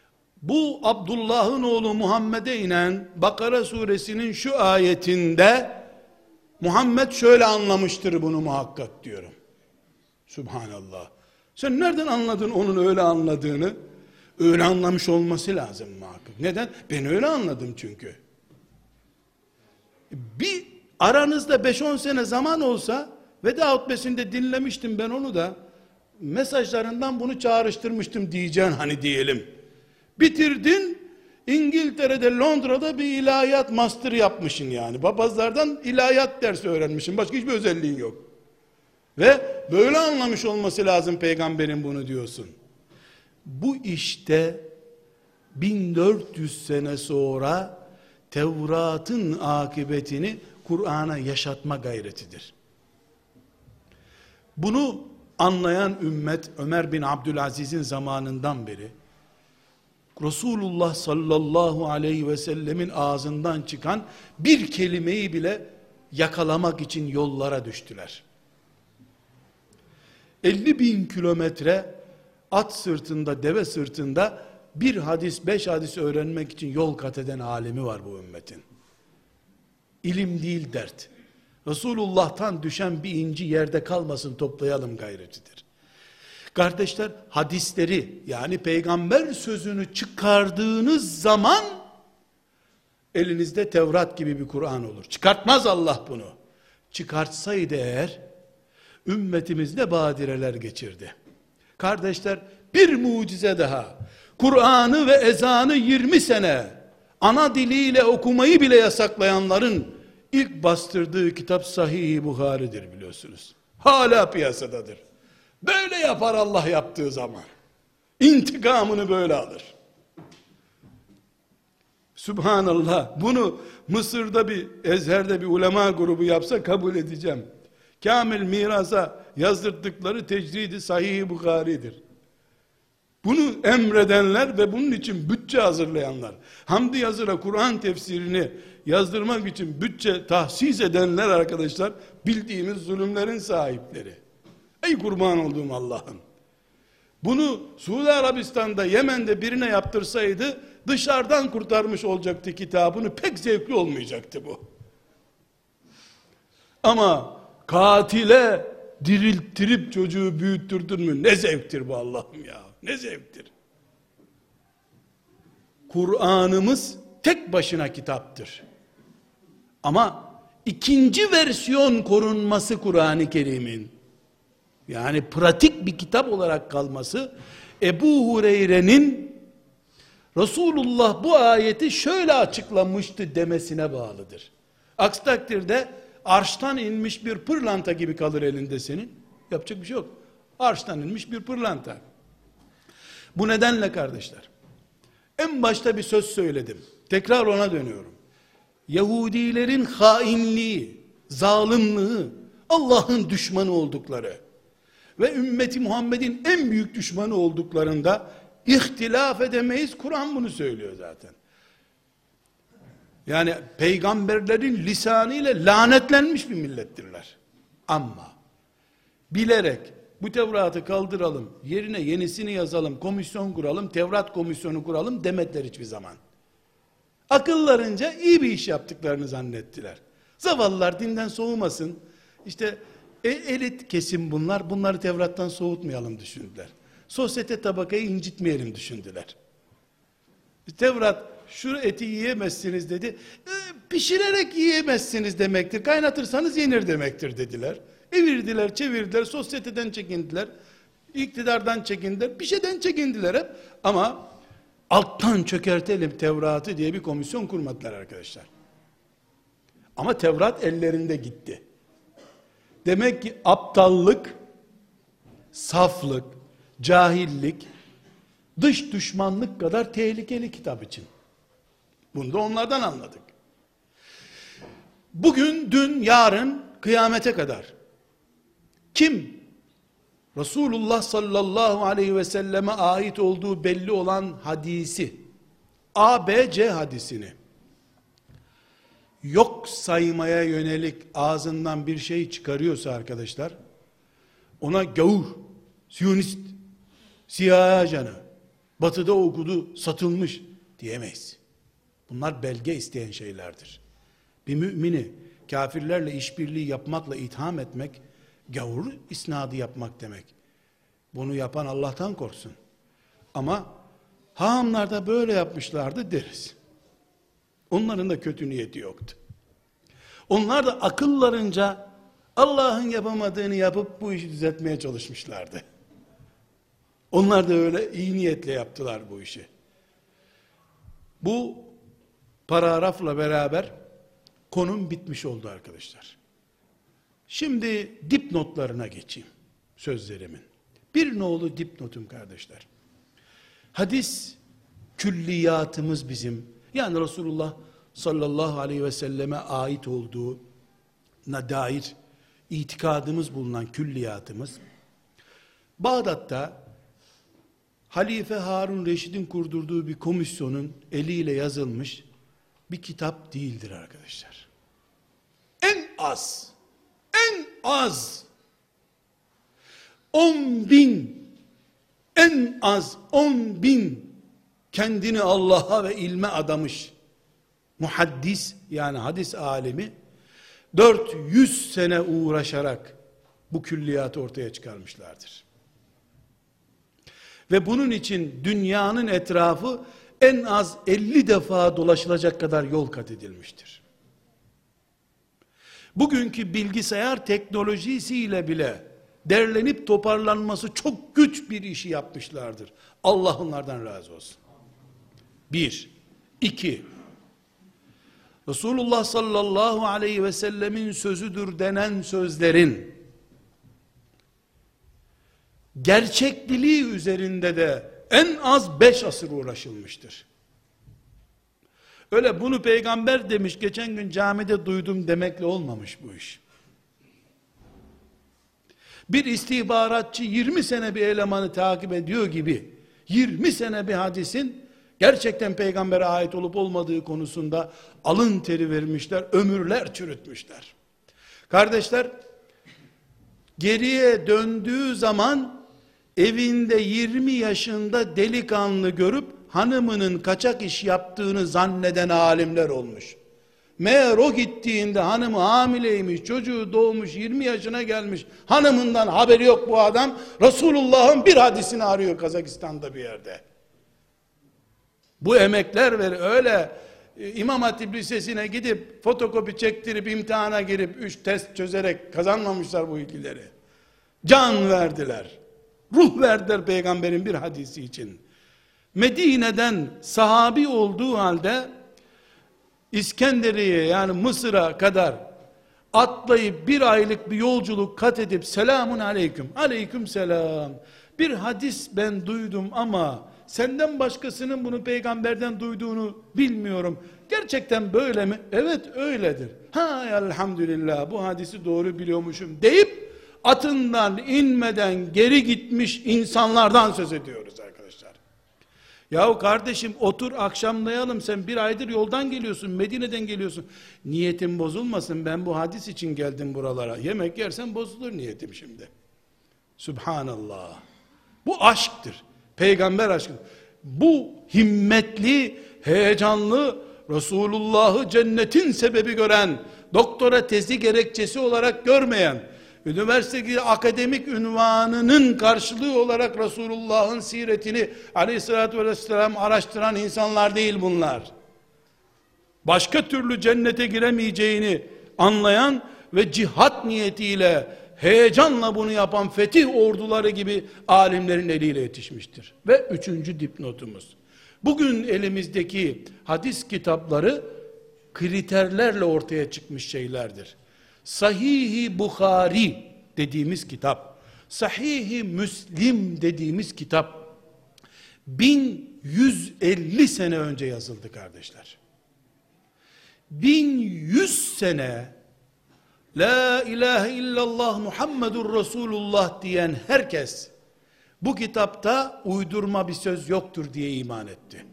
Bu Abdullah'ın oğlu Muhammed'e inen Bakara suresinin şu ayetinde Muhammed şöyle anlamıştır bunu muhakkak diyorum. Subhanallah. Sen nereden anladın onun öyle anladığını? Öyle anlamış olması lazım muhakkak. Neden? Ben öyle anladım çünkü. Bir aranızda 5-10 sene zaman olsa, veda hutbesinde dinlemiştim ben onu da, mesajlarından bunu çağrıştırmıştım diyeceksin hani diyelim. Bitirdin, İngiltere'de, Londra'da bir ilahiyat master yapmışsın yani. Papazlardan ilahiyat dersi öğrenmişsin. Başka hiçbir özelliğin yok. Ve böyle anlamış olması lazım peygamberin bunu diyorsun. Bu işte 1400 sene sonra Tevrat'ın akıbetini Kur'an'a yaşatma gayretidir. Bunu anlayan ümmet Ömer bin Abdülaziz'in zamanından beri Resulullah sallallahu aleyhi ve sellemin ağzından çıkan bir kelimeyi bile yakalamak için yollara düştüler. 50.000 kilometre at sırtında, deve sırtında bir hadis, 5 hadis öğrenmek için yol kat eden alemi var bu ümmetin. İlim değil dert. Resulullah'tan düşen bir inci yerde kalmasın, toplayalım gayretidir. Kardeşler, hadisleri yani peygamber sözünü çıkardığınız zaman elinizde Tevrat gibi bir Kur'an olur. Çıkartmaz Allah bunu. Çıkartsaydı eğer ümmetimizde badireler geçirdi. Kardeşler, bir mucize daha. Kur'an'ı ve ezanı 20 sene ana diliyle okumayı bile yasaklayanların ilk bastırdığı kitap Sahih-i Buhari'dir biliyorsunuz. Hala piyasadadır. Böyle yapar Allah yaptığı zaman. İntikamını böyle alır. Subhanallah. Bunu Mısır'da bir Ezher'de bir ulema grubu yapsa kabul edeceğim. Kamil mirasa yazdırdıkları tecrid-i Sahih-i Buhari'dir. Bunu emredenler ve bunun için bütçe hazırlayanlar, Hamdi Yazır'a Kur'an tefsirini yazdırmak için bütçe tahsis edenler arkadaşlar, bildiğimiz zulümlerin sahipleri. Ey kurban olduğum Allah'ım. Bunu Suudi Arabistan'da, Yemen'de birine yaptırsaydı dışarıdan kurtarmış olacaktı kitabını, pek zevkli olmayacaktı bu. Ama katile dirilttirip çocuğu büyüttürdün mü ne zevktir bu Allah'ım ya, ne zevktir. Kur'an'ımız tek başına kitaptır. Ama ikinci versiyon korunması Kur'an-ı Kerim'in, yani pratik bir kitap olarak kalması, Ebu Hureyre'nin Resulullah bu ayeti şöyle açıklamıştı demesine bağlıdır. Aksi takdirde arştan inmiş bir pırlanta gibi kalır elinde senin. Yapacak bir şey yok. Arştan inmiş bir pırlanta. Bu nedenle kardeşler, en başta bir söz söyledim. Tekrar ona dönüyorum. Yahudilerin hainliği, zalimliği, Allah'ın düşmanı oldukları ve ümmeti Muhammed'in en büyük düşmanı olduklarında ihtilaf edemeyiz. Kur'an bunu söylüyor zaten. Yani peygamberlerin lisanıyla lanetlenmiş bir millettirler. Ama bilerek bu Tevrat'ı kaldıralım, yerine yenisini yazalım, komisyon kuralım, Tevrat komisyonu kuralım demediler hiçbir zaman. Akıllarınca iyi bir iş yaptıklarını zannettiler. Zavallılar dinden soğumasın, İşte elit kesim bunlar, bunları Tevrat'tan soğutmayalım düşündüler. Sosyete tabakayı incitmeyelim düşündüler. Tevrat şu eti yiyemezsiniz dedi. Pişirerek yiyemezsiniz demektir. Kaynatırsanız yenir demektir dediler. Evirdiler, çevirdiler, sosyeteden çekindiler. İktidardan çekindiler, bir şeyden çekindiler hep. Ama alttan çökertelim Tevrat'ı diye bir komisyon kurmadılar arkadaşlar. Ama Tevrat ellerinde gitti. Demek ki aptallık, saflık, cahillik, dış düşmanlık kadar tehlikeli kitap için. Bunu da onlardan anladık. Bugün, dün, yarın, kıyamete kadar kim Resulullah sallallahu aleyhi ve selleme ait olduğu belli olan hadisi, A, B, C hadisini yok saymaya yönelik ağzından bir şey çıkarıyorsa arkadaşlar, ona gavur, Siyonist, CIA ajanı, Batı'da okudu, satılmış diyemeyiz. Bunlar belge isteyen şeylerdir. Bir mümini kafirlerle işbirliği yapmakla itham etmek, gavur isnadı yapmak demek. Bunu yapan Allah'tan korksun. Ama hahamlar da böyle yapmışlardı deriz. Onların da kötü niyeti yoktu. Onlar da akıllarınca Allah'ın yapamadığını yapıp bu işi düzeltmeye çalışmışlardı. Onlar da öyle iyi niyetle yaptılar bu işi. Bu paragrafla beraber konum bitmiş oldu arkadaşlar. Şimdi dipnotlarına geçeyim sözlerimin. Bir nolu dipnotum kardeşler. Hadis külliyatımız bizim. Yani Resulullah sallallahu aleyhi ve selleme ait olduğuna dair itikadımız bulunan külliyatımız. Bağdat'ta Halife Harun Reşid'in kurdurduğu bir komisyonun eliyle yazılmış bir kitap değildir arkadaşlar. En az 10 bin kendini Allah'a ve ilme adamış muhaddis, yani hadis alimi 400 sene uğraşarak bu külliyatı ortaya çıkarmışlardır. Ve bunun için dünyanın etrafı en az 50 defa dolaşılacak kadar yol kat edilmiştir. Bugünkü bilgisayar teknolojisiyle bile derlenip toparlanması çok güç bir işi yapmışlardır. Allah onlardan razı olsun. 1. 2. Resulullah sallallahu aleyhi ve sellemin sözüdür denen sözlerin gerçekliliği üzerinde de en az 5 asır uğraşılmıştır. Öyle bunu peygamber demiş, geçen gün camide duydum demekle olmamış bu iş. Bir istihbaratçı 20 sene bir elemanı takip ediyor gibi 20 sene bir hadisin gerçekten peygambere ait olup olmadığı konusunda alın teri vermişler, ömürler çürütmüşler. Kardeşler, geriye döndüğü zaman evinde 20 yaşında delikanlı görüp hanımının kaçak iş yaptığını zanneden alimler olmuş. Meğer o gittiğinde hanımı hamileymiş, çocuğu doğmuş, 20 yaşına gelmiş, hanımından haberi yok bu adam, Resulullah'ın bir hadisini arıyor Kazakistan'da bir yerde. Bu emekler öyle İmam Hatip Lisesi'ne gidip fotokopi çektirip imtihana girip 3 test çözerek kazanmamışlar bu ilgileri. Can verdiler. Ruh verdiler peygamberin bir hadisi için. Medine'den sahabi olduğu halde İskenderiye, yani Mısır'a kadar atlayıp bir aylık bir yolculuk kat edip selamun aleyküm, aleyküm selam, bir hadis ben duydum ama senden başkasının bunu peygamberden duyduğunu bilmiyorum. Gerçekten böyle mi? Evet öyledir. Ha elhamdülillah bu hadisi doğru biliyormuşum deyip atından inmeden geri gitmiş insanlardan söz ediyoruz arkadaşlar. Yahu kardeşim otur akşamlayalım, sen bir aydır yoldan geliyorsun, Medine'den geliyorsun. Niyetim bozulmasın, ben bu hadis için geldim buralara. Yemek yersen bozulur niyetim şimdi. Subhanallah. Bu aşktır. Peygamber aşkı. Bu himmetli, heyecanlı, Resulullah'ı cennetin sebebi gören, doktora tezi gerekçesi olarak görmeyen, üniversitedeki akademik ünvanının karşılığı olarak Resulullah'ın siretini aleyhissalatü vesselam araştıran insanlar değil bunlar. Başka türlü cennete giremeyeceğini anlayan ve cihat niyetiyle heyecanla bunu yapan fetih orduları gibi alimlerin eliyle yetişmiştir. Ve 3. dipnotumuz. Bugün elimizdeki hadis kitapları kriterlerle ortaya çıkmış şeylerdir. Sahih-i Bukhari dediğimiz kitap, Sahih-i Müslim dediğimiz kitap 1150 sene önce yazıldı kardeşler. 1100 sene La ilahe illallah Muhammedur Resulullah diyen herkes bu kitapta uydurma bir söz yoktur diye iman etti.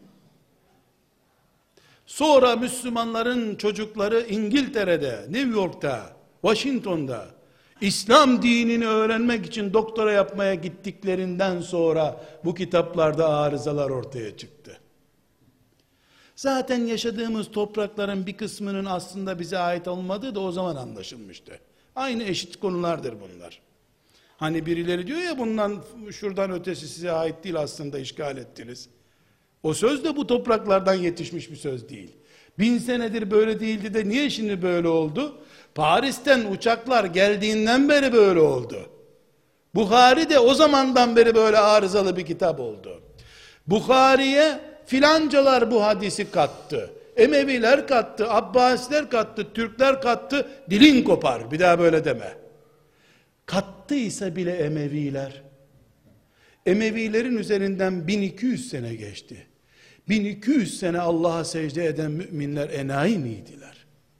Sonra Müslümanların çocukları İngiltere'de, New York'ta, Washington'da, İslam dinini öğrenmek için doktora yapmaya gittiklerinden sonra bu kitaplarda arızalar ortaya çıktı. Zaten yaşadığımız toprakların bir kısmının aslında bize ait olmadığı da o zaman anlaşılmıştı. Aynı eşit konulardır bunlar. Hani birileri diyor ya, bundan şuradan ötesi size ait değil, aslında işgal ettiniz. O söz de bu topraklardan yetişmiş bir söz değil. 1000 senedir böyle değildi de niye şimdi böyle oldu? Paris'ten uçaklar geldiğinden beri böyle oldu. Buhari de o zamandan beri böyle arızalı bir kitap oldu. Buhari'ye filancalar bu hadisi kattı. Emeviler kattı, Abbasiler kattı, Türkler kattı. Dilin kopar, bir daha böyle deme. Kattıysa bile Emevilerin üzerinden 1200 sene geçti. 1200 sene Allah'a secde eden müminler enayi miydiler?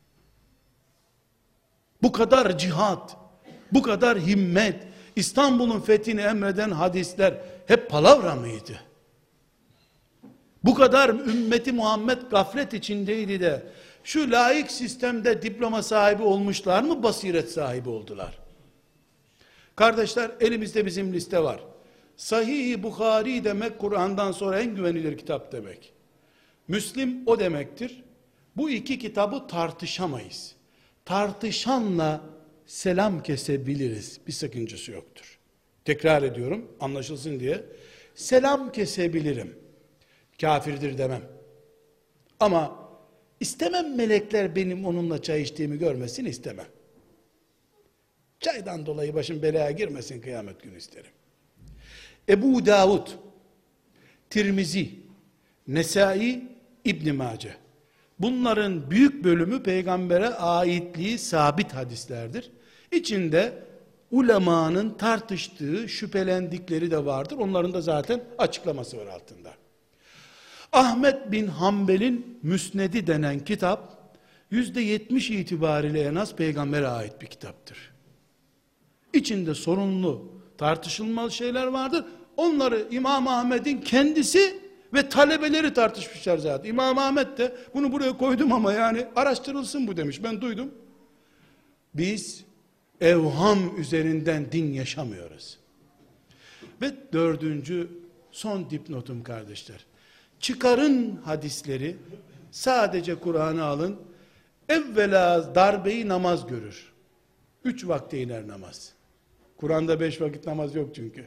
Bu kadar cihat, bu kadar himmet, İstanbul'un fethini emreden hadisler hep palavra mıydı? Bu kadar ümmeti Muhammed gaflet içindeydi de şu laik sistemde diploma sahibi olmuşlar mı, basiret sahibi oldular? Kardeşler, elimizde bizim liste var. Sahih-i Bukhari demek Kur'an'dan sonra en güvenilir kitap demek. Müslim o demektir. Bu iki kitabı tartışamayız. Tartışanla selam kesebiliriz. Bir sakıncası yoktur. Tekrar ediyorum, anlaşılsın diye. Selam kesebilirim. Kafirdir demem. Ama istemem melekler benim onunla çay içtiğimi görmesin, istemem. Çaydan dolayı başım belaya girmesin, kıyamet günü isterim. Ebu Davud, Tirmizi, Nesai, İbn Mace. Bunların büyük bölümü peygambere aitliği sabit hadislerdir. İçinde ulemanın tartıştığı, şüphelendikleri de vardır. Onların da zaten açıklaması var altında. Ahmet bin Hanbel'in Müsnedi denen kitap %70 itibariyle en az peygambere ait bir kitaptır. İçinde sorunlu, tartışılmaz şeyler vardır. Onları İmam Ahmet'in kendisi ve talebeleri tartışmışlar zaten. İmam Ahmet de bunu buraya koydum ama yani araştırılsın bu demiş. Ben duydum. Biz evham üzerinden din yaşamıyoruz. Ve dördüncü, son dipnotum kardeşler. Çıkarın hadisleri, sadece Kur'an'ı alın. Evvela darbeyi namaz görür. 3 vakte iner namaz. Kur'an'da 5 vakit namaz yok çünkü.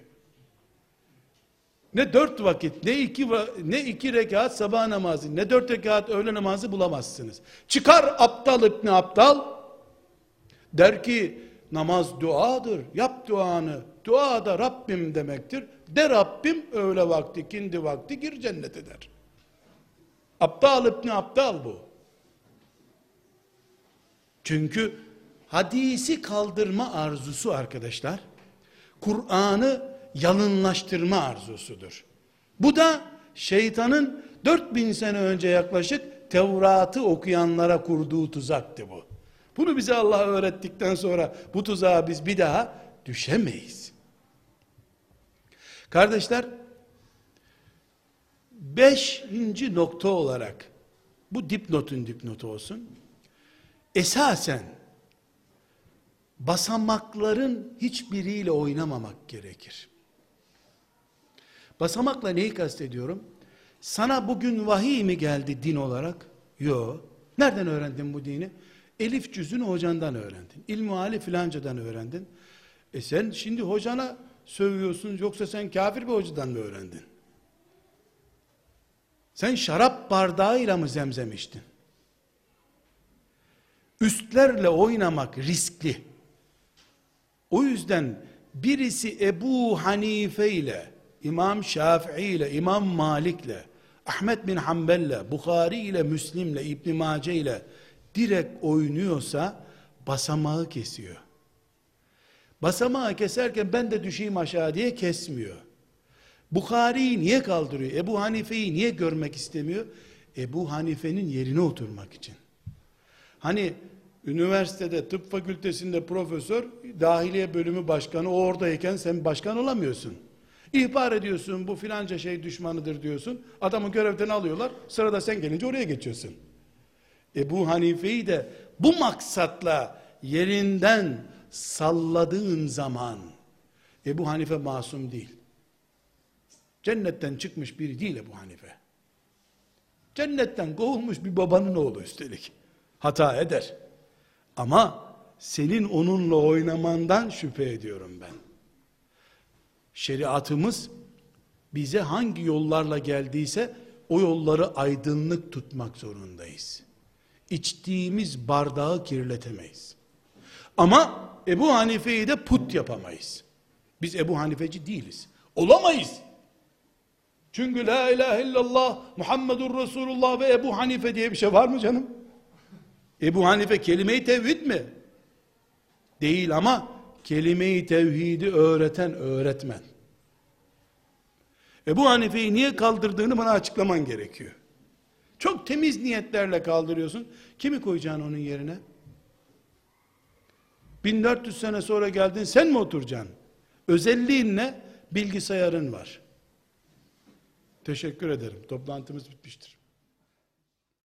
Ne 4 vakit, ne iki rekat sabah namazı, ne 4 rekat öğle namazı bulamazsınız. Çıkar aptal İbni Aptal, der ki namaz duadır, yap duanı, dua da Rabbim demektir. De Rabbim öğle vakti, ikindi vakti gir cennete der. Aptal İbni Aptal bu. Çünkü hadisi kaldırma arzusu arkadaşlar, Kur'an'ı yalınlaştırma arzusudur. Bu da şeytanın 4000 sene önce yaklaşık Tevrat'ı okuyanlara kurduğu tuzaktı bu. Bunu bize Allah öğrettikten sonra bu tuzağa biz bir daha düşemeyiz. Kardeşler, 5. nokta olarak, bu dipnotun dipnotu olsun, esasen basamakların hiçbiriyle oynamamak gerekir. Basamakla neyi kastediyorum? Sana bugün vahiy mi geldi din olarak? Yok. Nereden öğrendin bu dini? Elif cüzünü hocandan öğrendin. İlmihali filancadan öğrendin. Sen şimdi hocana sövüyorsun, yoksa sen kafir bir hocadan mı öğrendin? Sen şarap bardağıyla mı zemzem içtin? Üstlerle oynamak riskli. O yüzden birisi Ebu Hanife ile, İmam Şafii ile, İmam Malik ile, Ahmet bin Hanbel ile, Bukhari ile, Müslim ile, İbn Mace ile direkt oynuyorsa basamağı kesiyor. Basamağı keserken ben de düşeyim aşağı diye kesmiyor. Bukhari'yi niye kaldırıyor? Ebu Hanife'yi niye görmek istemiyor? Ebu Hanife'nin yerine oturmak için. Hani üniversitede, tıp fakültesinde profesör, dahiliye bölümü başkanı, o oradayken sen başkan olamıyorsun. İhbar ediyorsun, bu filanca şey düşmanıdır diyorsun. Adamı görevden alıyorlar, sırada sen gelince oraya geçiyorsun. Ebu Hanife'yi de bu maksatla yerinden salladığın zaman, Ebu Hanife masum değil. Cennetten çıkmış biri değil Ebu Hanife. Cennetten kovulmuş bir babanın oğlu üstelik. Hata eder. Ama senin onunla oynamandan şüphe ediyorum ben. Şeriatımız bize hangi yollarla geldiyse o yolları aydınlık tutmak zorundayız. İçtiğimiz bardağı kirletemeyiz. Ama Ebu Hanife'yi de put yapamayız. Biz Ebu Hanifeci değiliz. Olamayız. Çünkü la ilahe illallah Muhammedur Resulullah ve Ebu Hanife diye bir şey var mı canım? Ebu Hanife kelime-i tevhid mi? Değil, ama kelime-i tevhidi öğreten öğretmen. Ebu Hanife'yi niye kaldırdığını bana açıklaman gerekiyor. Çok temiz niyetlerle kaldırıyorsun. Kimi koyacaksın onun yerine? 1400 sene sonra geldin, sen mi oturacaksın? Özelliğin ne? Bilgisayarın var. Teşekkür ederim. Toplantımız bitmiştir.